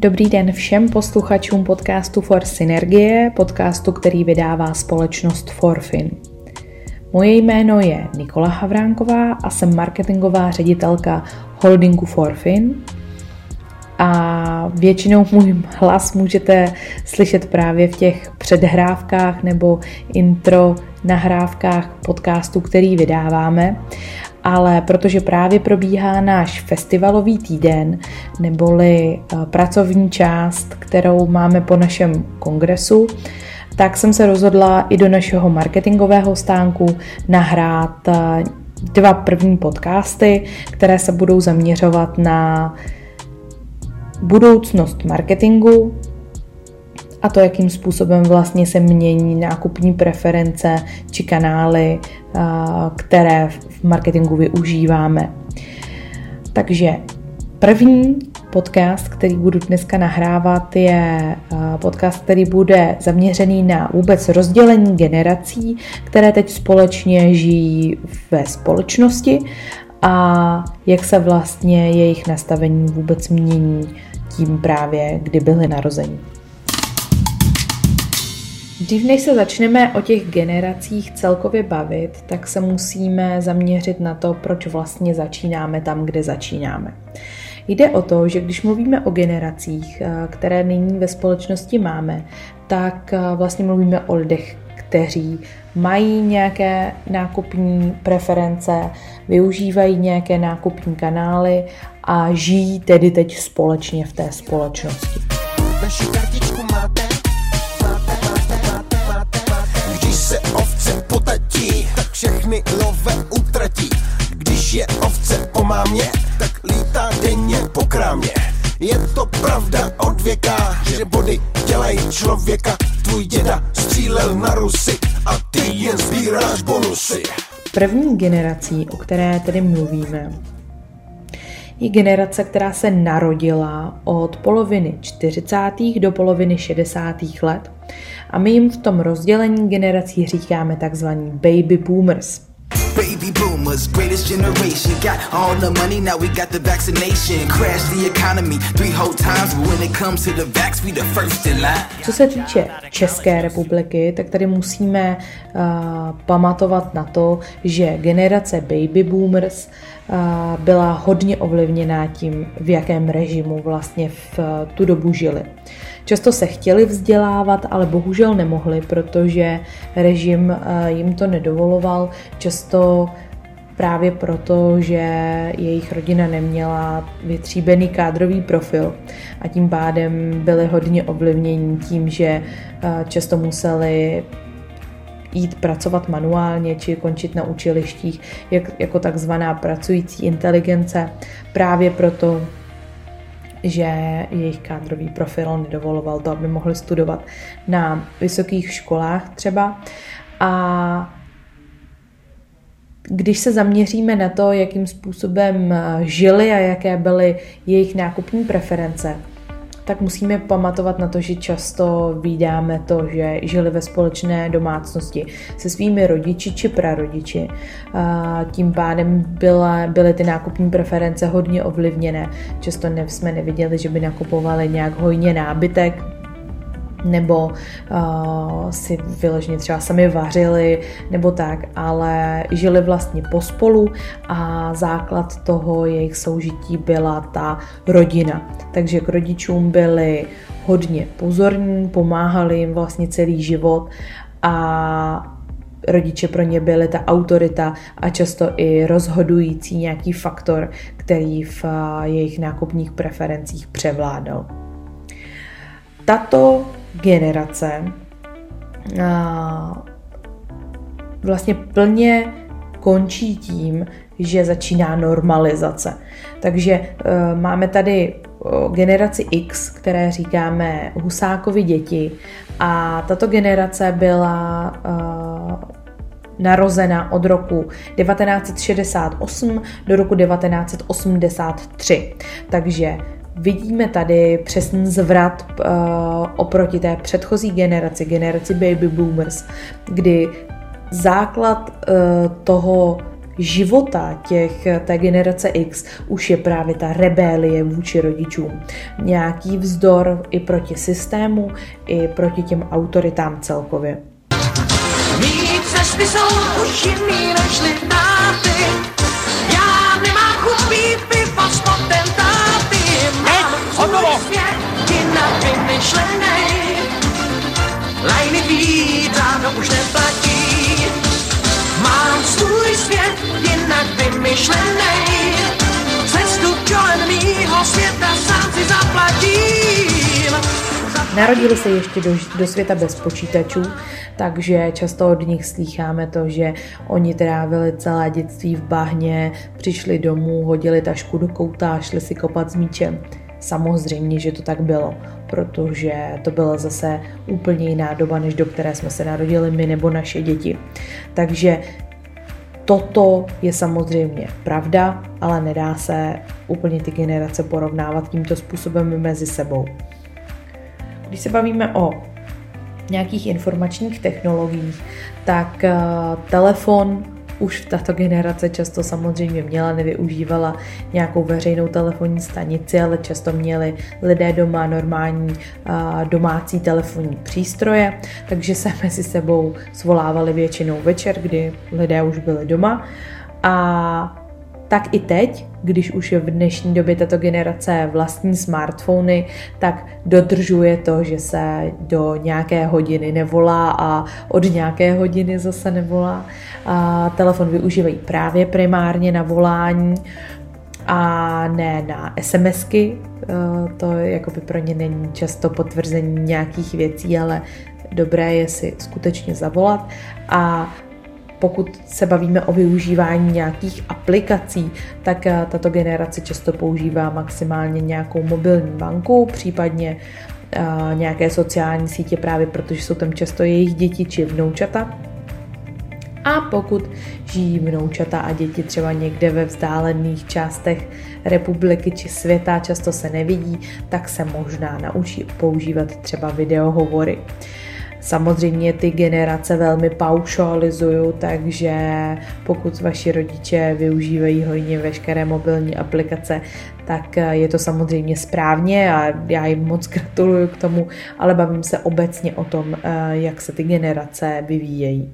Dobrý den všem posluchačům podcastu For Synergie, podcastu, který vydává společnost Forfin. Moje jméno je Nikola Havránková a jsem marketingová ředitelka holdingu Forfin. A většinou můj hlas můžete slyšet právě v těch předhrávkách nebo intro nahrávkách podcastu, který vydáváme. Ale protože právě probíhá náš festivalový týden, neboli pracovní část, kterou máme po našem kongresu, tak jsem se rozhodla i do našeho marketingového stánku nahrát 2 první podcasty, které se budou zaměřovat na budoucnost marketingu a to, jakým způsobem vlastně se mění nákupní preference či kanály, které v marketingu využíváme. Takže první podcast, který budu dneska nahrávat, je podcast, který bude zaměřený na vůbec rozdělení generací, které teď společně žijí ve společnosti a jak se vlastně jejich nastavení vůbec mění tím právě, kdy byli narozeni. Dřív než se začneme o těch generacích celkově bavit, tak se musíme zaměřit na to, proč vlastně začínáme tam, kde začínáme. Jde o to, že když mluvíme o generacích, které nyní ve společnosti máme, tak vlastně mluvíme o lidech, kteří mají nějaké nákupní preference, využívají nějaké nákupní kanály a žijí tedy teď společně v té společnosti. Naši kartičku máte? Když se ovce potatí, tak všechny love utratí. Když je ovce po mámě, tak lítá denně po krámě. Je to pravda od věka, že body dělají člověka. Tvůj děda střílel na Rusy a ty jen sbíráš bonusy. První generací, o které tedy mluvíme, je generace, která se narodila od poloviny 40. do poloviny 60. let a my jim v tom rozdělení generací říkáme takzvaní baby boomers. Baby boomers, greatest generation, got all the money, now we got the vaccination, crash the economy 3 whole times, but when it comes to the vax, we the first in line. Co se týče České republiky, tak tady musíme pamatovat na to, že generace baby boomers byla hodně ovlivněná tím, v jakém režimu vlastně v tu dobu žili. Často se chtěli vzdělávat, ale bohužel nemohli, protože režim jim to nedovoloval. Často právě proto, že jejich rodina neměla vytříbený kádrový profil a tím pádem byli hodně ovlivněni tím, že často museli jít pracovat manuálně či končit na učilištích jako takzvaná pracující inteligence právě proto, že jejich kádrový profil nedovoloval to, aby mohli studovat na vysokých školách třeba. A když se zaměříme na to, jakým způsobem žili a jaké byly jejich nákupní preference, tak musíme pamatovat na to, že často vídáme to, že žili ve společné domácnosti se svými rodiči či prarodiči. Tím pádem byly ty nákupní preference hodně ovlivněné. Často jsme neviděli, že by nakupovali nějak hojně nábytek, nebo si vyloženě třeba sami vařili, nebo tak, ale žili vlastně pospolu a základ toho jejich soužití byla ta rodina. Takže k rodičům byli hodně pozorní, pomáhali jim vlastně celý život a rodiče pro ně byly ta autorita a často i rozhodující nějaký faktor, který v jejich nákupních preferencích převládal. Tato generace vlastně plně končí tím, že začíná normalizace. Takže máme tady generaci X, které říkáme Husákovi děti a tato generace byla narozena od roku 1968 do roku 1983. Takže vidíme tady přesný zvrat oproti té předchozí generaci baby boomers, kdy základ toho, života té generace X už je právě ta rebélie vůči rodičům. Nějaký vzdor i proti systému, i proti těm autoritám celkově. Mý cesty jsou už jiný než táty. Já nemám chuť pít piva s potentáty. Mám svůj svět jinak vymyšlenej. Lajny vít dávno už neplatí. Mám svůj svět jinak vymyšlenej. Cestu kolem mýho světa sám si zaplatím. Narodili se ještě do světa bez počítačů, takže často od nich slýcháme to, že oni trávili celé dětství v bahně, přišli domů, hodili tašku do kouta a šli si kopat s míčem. Samozřejmě, že to tak bylo, protože to byla zase úplně jiná doba, než do které jsme se narodili my nebo naše děti. Takže toto je samozřejmě pravda, ale nedá se úplně ty generace porovnávat tímto způsobem mezi sebou. Když se bavíme o nějakých informačních technologiích, tak telefon už tato generace často samozřejmě měla, nevyužívala nějakou veřejnou telefonní stanici, ale často měli lidé doma normální domácí telefonní přístroje, takže se mezi sebou svolávali většinou večer, kdy lidé už byli doma. A tak i teď, když už je v dnešní době tato generace vlastní smartfony, tak dodržuje to, že se do nějaké hodiny nevolá a od nějaké hodiny zase nevolá. A telefon využívají právě primárně na volání a ne na SMSky. To jakoby pro ně není často potvrzení nějakých věcí, ale dobré je si skutečně zavolat. A pokud se bavíme o využívání nějakých aplikací, tak tato generace často používá maximálně nějakou mobilní banku, případně nějaké sociální sítě právě protože jsou tam často jejich děti či vnoučata. A pokud žijí vnoučata a děti třeba někde ve vzdálených částech republiky či světa, často se nevidí, tak se možná naučí používat třeba videohovory. Samozřejmě ty generace velmi paušalizují, takže pokud vaši rodiče využívají hojně veškeré mobilní aplikace, tak je to samozřejmě správně a já jim moc gratuluju k tomu, ale bavím se obecně o tom, jak se ty generace vyvíjejí.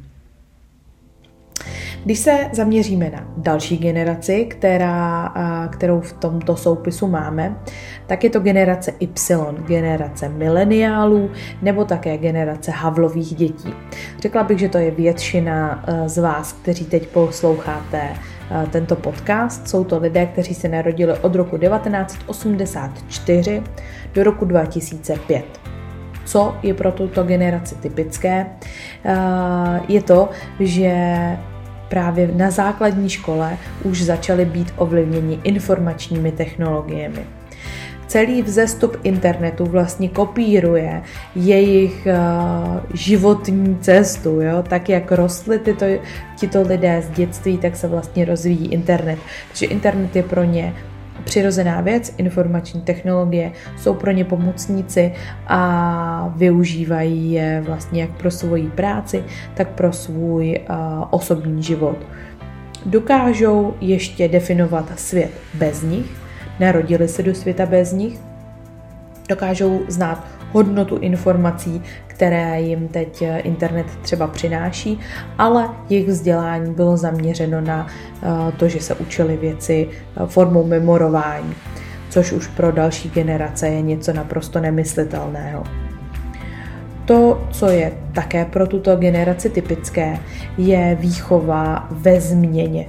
Když se zaměříme na další generaci, kterou v tomto soupisu máme, tak je to generace Y, generace mileniálů nebo také generace Havlových dětí. Řekla bych, že to je většina z vás, kteří teď posloucháte tento podcast. Jsou to lidé, kteří se narodili od roku 1984 do roku 2005. Co je pro tuto generaci typické? Je to, že právě na základní škole už začaly být ovlivněni informačními technologiemi. Celý vzestup internetu vlastně kopíruje jejich životní cestu. Jo? Tak jak rostly tito lidé z dětství, tak se vlastně rozvíjí internet. Takže internet je pro ně přirozená věc, informační technologie jsou pro ně pomocníci a využívají je vlastně jak pro svoji práci, tak pro svůj osobní život. Dokážou ještě definovat svět bez nich, narodili se do světa bez nich, dokážou znát hodnotu informací, které jim teď internet třeba přináší, ale jejich vzdělání bylo zaměřeno na to, že se učili věci formou memorování, což už pro další generace je něco naprosto nemyslitelného. To, co je také pro tuto generaci typické, je výchova ve změně.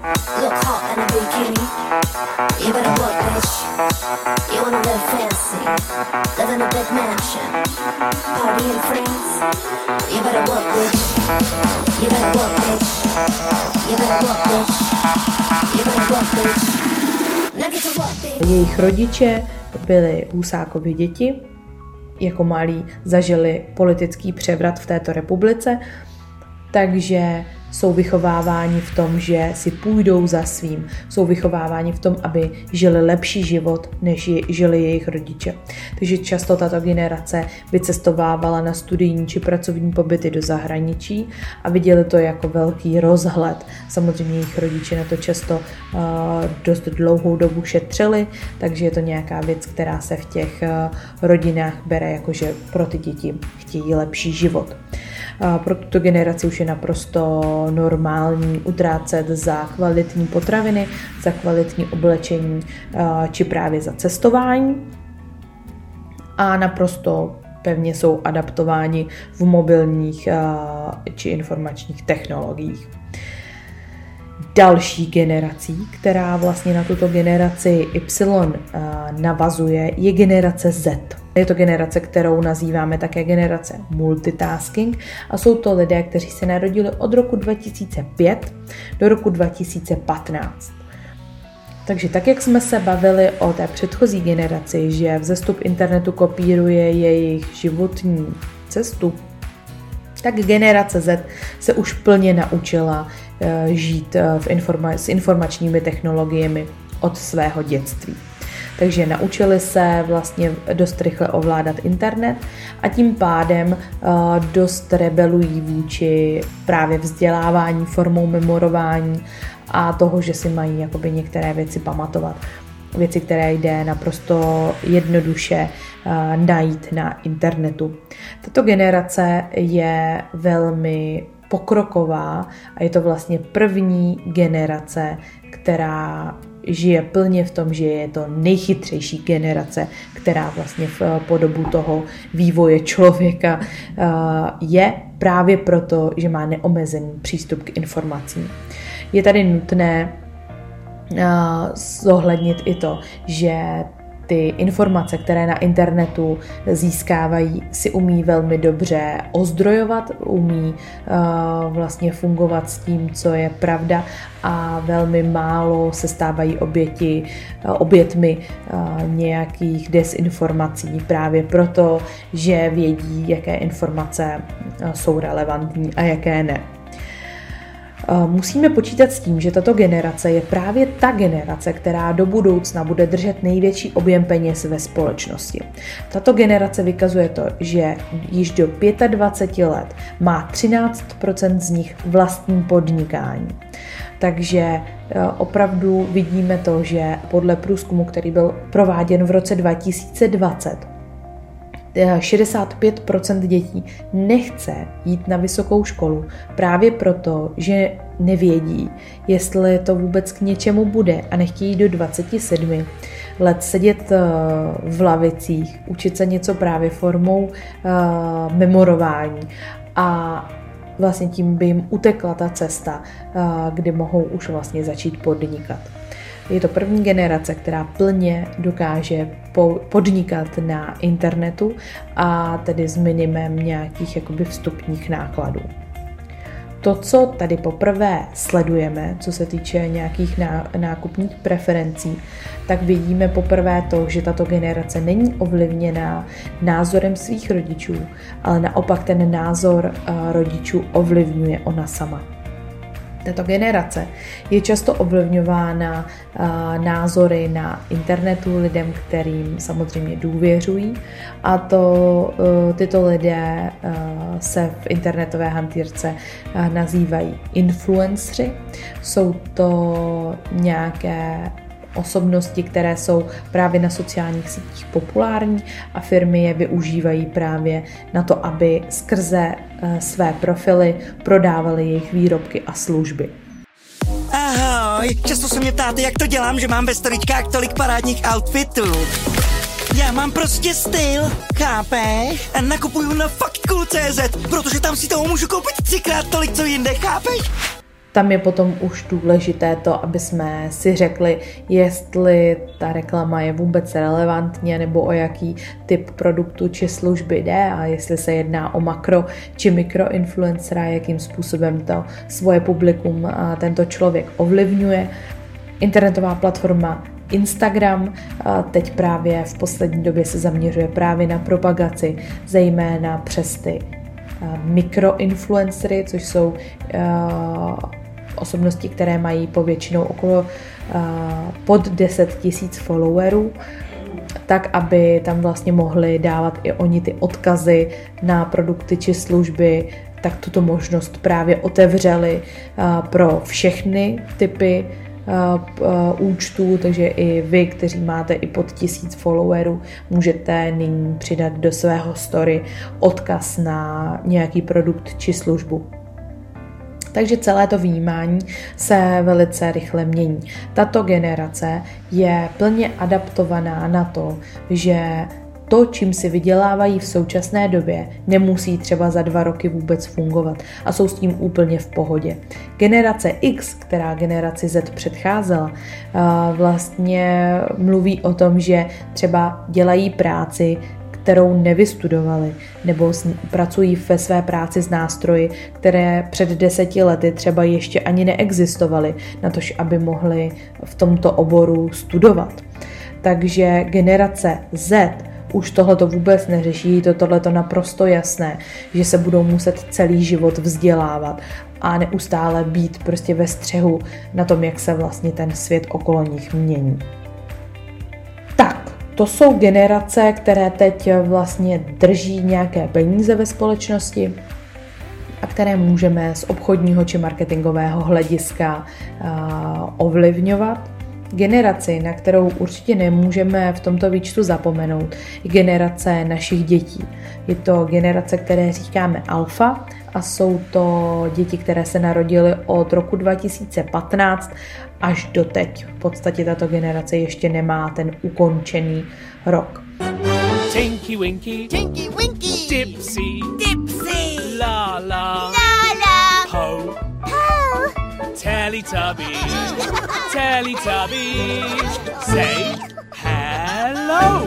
Jejich rodiče byli Husákovy děti, jako malí zažili politický převrat v této republice, takže jsou vychováváni v tom, že si půjdou za svým, jsou vychováváni v tom, aby žili lepší život, než žili jejich rodiče. Takže často tato generace vycestovávala na studijní či pracovní pobyty do zahraničí a viděli to jako velký rozhled. Samozřejmě jejich rodiče na to často dost dlouhou dobu šetřili, takže je to nějaká věc, která se v těch rodinách bere jako, že pro ty děti chtějí lepší život. Pro tuto generaci už je naprosto normální utrácet za kvalitní potraviny, za kvalitní oblečení či právě za cestování a naprosto pevně jsou adaptováni v mobilních či informačních technologiích. Další generací, která vlastně na tuto generaci Y navazuje, je generace Z. Je to generace, kterou nazýváme také generace multitasking a jsou to lidé, kteří se narodili od roku 2005 do roku 2015. Takže tak, jak jsme se bavili o té předchozí generaci, že vzestup internetu kopíruje jejich životní cestu, tak generace Z se už plně naučila žít s informačními technologiemi od svého dětství. Takže naučili se vlastně dost rychle ovládat internet a tím pádem dost rebelují vůči právě vzdělávání formou memorování a toho, že si mají jakoby některé věci pamatovat. Věci, které jde naprosto jednoduše najít na internetu. Tato generace je velmi pokroková a je to vlastně první generace, která žije plně v tom, že je to nejchytřejší generace, která vlastně po dobu toho vývoje člověka je právě proto, že má neomezený přístup k informacím. Je tady nutné zohlednit i to, že ty informace, které na internetu získávají, si umí velmi dobře ozdrojovat, umí vlastně fungovat s tím, co je pravda a velmi málo se stávají obětmi nějakých dezinformací právě proto, že vědí, jaké informace jsou relevantní a jaké ne. Musíme počítat s tím, že tato generace je právě ta generace, která do budoucna bude držet největší objem peněz ve společnosti. Tato generace vykazuje to, že již do 25 let má 13% z nich vlastní podnikání. Takže opravdu vidíme to, že podle průzkumu, který byl prováděn v roce 2020, 65% dětí nechce jít na vysokou školu právě proto, že nevědí, jestli to vůbec k něčemu bude a nechtějí do 27 let sedět v lavicích, učit se něco právě formou memorování a vlastně tím by jim utekla ta cesta, kdy mohou už vlastně začít podnikat. Je to první generace, která plně dokáže podnikat na internetu a tedy s minimem nějakých jakoby vstupních nákladů. To, co tady poprvé sledujeme, co se týče nějakých nákupních preferencí, tak vidíme poprvé to, že tato generace není ovlivněná názorem svých rodičů, ale naopak ten názor rodičů ovlivňuje ona sama. Tato generace je často ovlivňována názory na internetu lidem, kterým samozřejmě důvěřují a tyto lidé se v internetové hantýrce nazývají influenceři. Jsou to nějaké osobnosti, které jsou právě na sociálních sítích populární a firmy je využívají právě na to, aby skrze své profily prodávaly jejich výrobky a služby. Ahoj, často se mě ptáte, jak to dělám, že mám ve storičkách tolik parádních outfitů. Já mám prostě styl, chápeš? A nakupuju na faktcool.cz, protože tam si toho můžu koupit 3x tolik, co jinde, chápeš? Tam je potom už důležité to, aby jsme si řekli, jestli ta reklama je vůbec relevantní, nebo o jaký typ produktu či služby jde a jestli se jedná o makro či mikroinfluencera, jakým způsobem to svoje publikum tento člověk ovlivňuje. Internetová platforma Instagram teď právě v poslední době se zaměřuje právě na propagaci, zejména přes ty mikroinfluencery, což jsou osobnosti, které mají povětšinou okolo pod 10 000 followerů, tak aby tam vlastně mohli dávat i oni ty odkazy na produkty či služby, tak tuto možnost právě otevřeli pro všechny typy účtů, takže i vy, kteří máte i pod 1000 followerů, můžete nyní přidat do svého story odkaz na nějaký produkt či službu. Takže celé to vnímání se velice rychle mění. Tato generace je plně adaptovaná na to, že to, čím si vydělávají v současné době, nemusí třeba za 2 roky vůbec fungovat a jsou s tím úplně v pohodě. Generace X, která generaci Z předcházela, vlastně mluví o tom, že třeba dělají práci, kterou nevystudovali, nebo pracují ve své práci s nástroji, které před 10 lety třeba ještě ani neexistovaly, na to, aby mohli v tomto oboru studovat. Takže generace Z už tohleto vůbec neřeší, to tohleto naprosto jasné, že se budou muset celý život vzdělávat a neustále být prostě ve střehu na tom, jak se vlastně ten svět okolo nich mění. Tak, to jsou generace, které teď vlastně drží nějaké peníze ve společnosti a které můžeme z obchodního či marketingového hlediska ovlivňovat. Generaci, na kterou určitě nemůžeme v tomto výčtu zapomenout, je generace našich dětí. Je to generace, které říkáme alfa a jsou to děti, které se narodily od roku 2015 až do teď. V podstatě tato generace ještě nemá ten ukončený rok. Tinky Winky, Tinky Winky, Dipsy, Dipsy, La La, La La, Ho, Ho, Teletubbies, Teletubbies, say hello.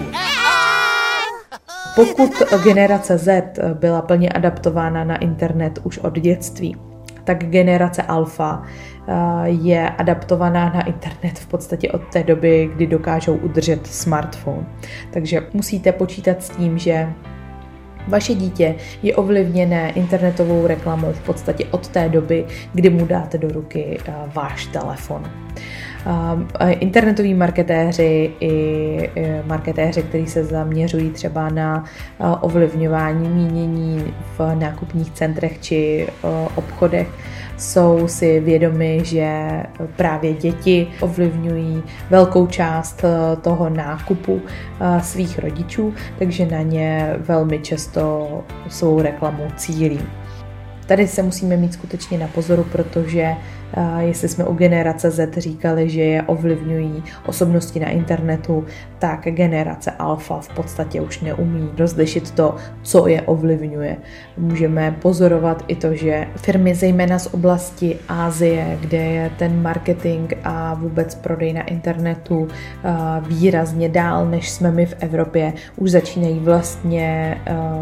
Pokud generace Z byla plně adaptována na internet už od dětství, tak generace alfa je adaptovaná na internet v podstatě od té doby, kdy dokážou udržet smartphone. Takže musíte počítat s tím, že vaše dítě je ovlivněné internetovou reklamou v podstatě od té doby, kdy mu dáte do ruky váš telefon. Internetoví marketéři i marketéři, kteří se zaměřují třeba na ovlivňování mínění v nákupních centrech či obchodech, jsou si vědomi, že právě děti ovlivňují velkou část toho nákupu svých rodičů, takže na ně velmi často svou reklamu cílí. Tady se musíme mít skutečně na pozoru, protože jestli jsme u generace Z říkali, že je ovlivňují osobnosti na internetu, tak generace alfa v podstatě už neumí rozlišit to, co je ovlivňuje. Můžeme pozorovat i to, že firmy zejména z oblasti Asie, kde je ten marketing a vůbec prodej na internetu výrazně dál, než jsme my v Evropě, už začínají vlastně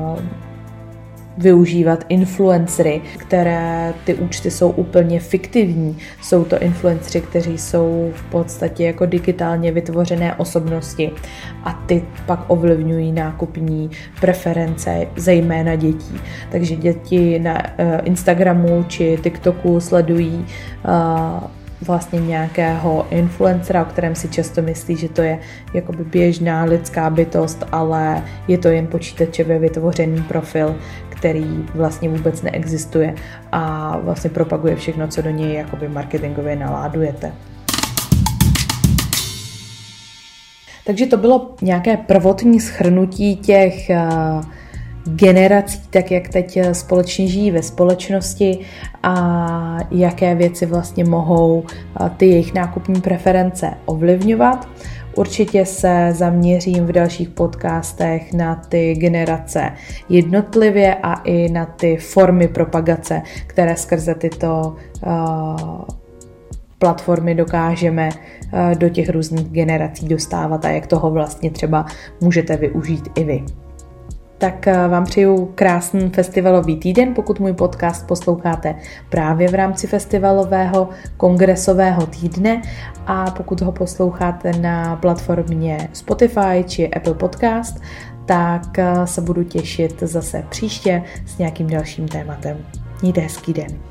využívat influencery, které ty účty jsou úplně fiktivní. Jsou to influencery, kteří jsou v podstatě jako digitálně vytvořené osobnosti a ty pak ovlivňují nákupní preference, zejména dětí. Takže děti na Instagramu či TikToku sledují vlastně nějakého influencera, o kterém si často myslí, že to je jakoby běžná lidská bytost, ale je to jen počítačově vytvořený profil, který vlastně vůbec neexistuje a vlastně propaguje všechno, co do něj jakoby marketingově naládujete. Takže to bylo nějaké prvotní shrnutí těch generací, tak jak teď společně žijí ve společnosti a jaké věci vlastně mohou ty jejich nákupní preference ovlivňovat. Určitě se zaměřím v dalších podcastech na ty generace jednotlivě a i na ty formy propagace, které skrze tyto platformy dokážeme do těch různých generací dostávat a jak toho vlastně třeba můžete využít i vy. Tak vám přeju krásný festivalový týden, pokud můj podcast posloucháte právě v rámci festivalového kongresového týdne a pokud ho posloucháte na platformě Spotify či Apple Podcast, tak se budu těšit zase příště s nějakým dalším tématem. Mějte hezký den.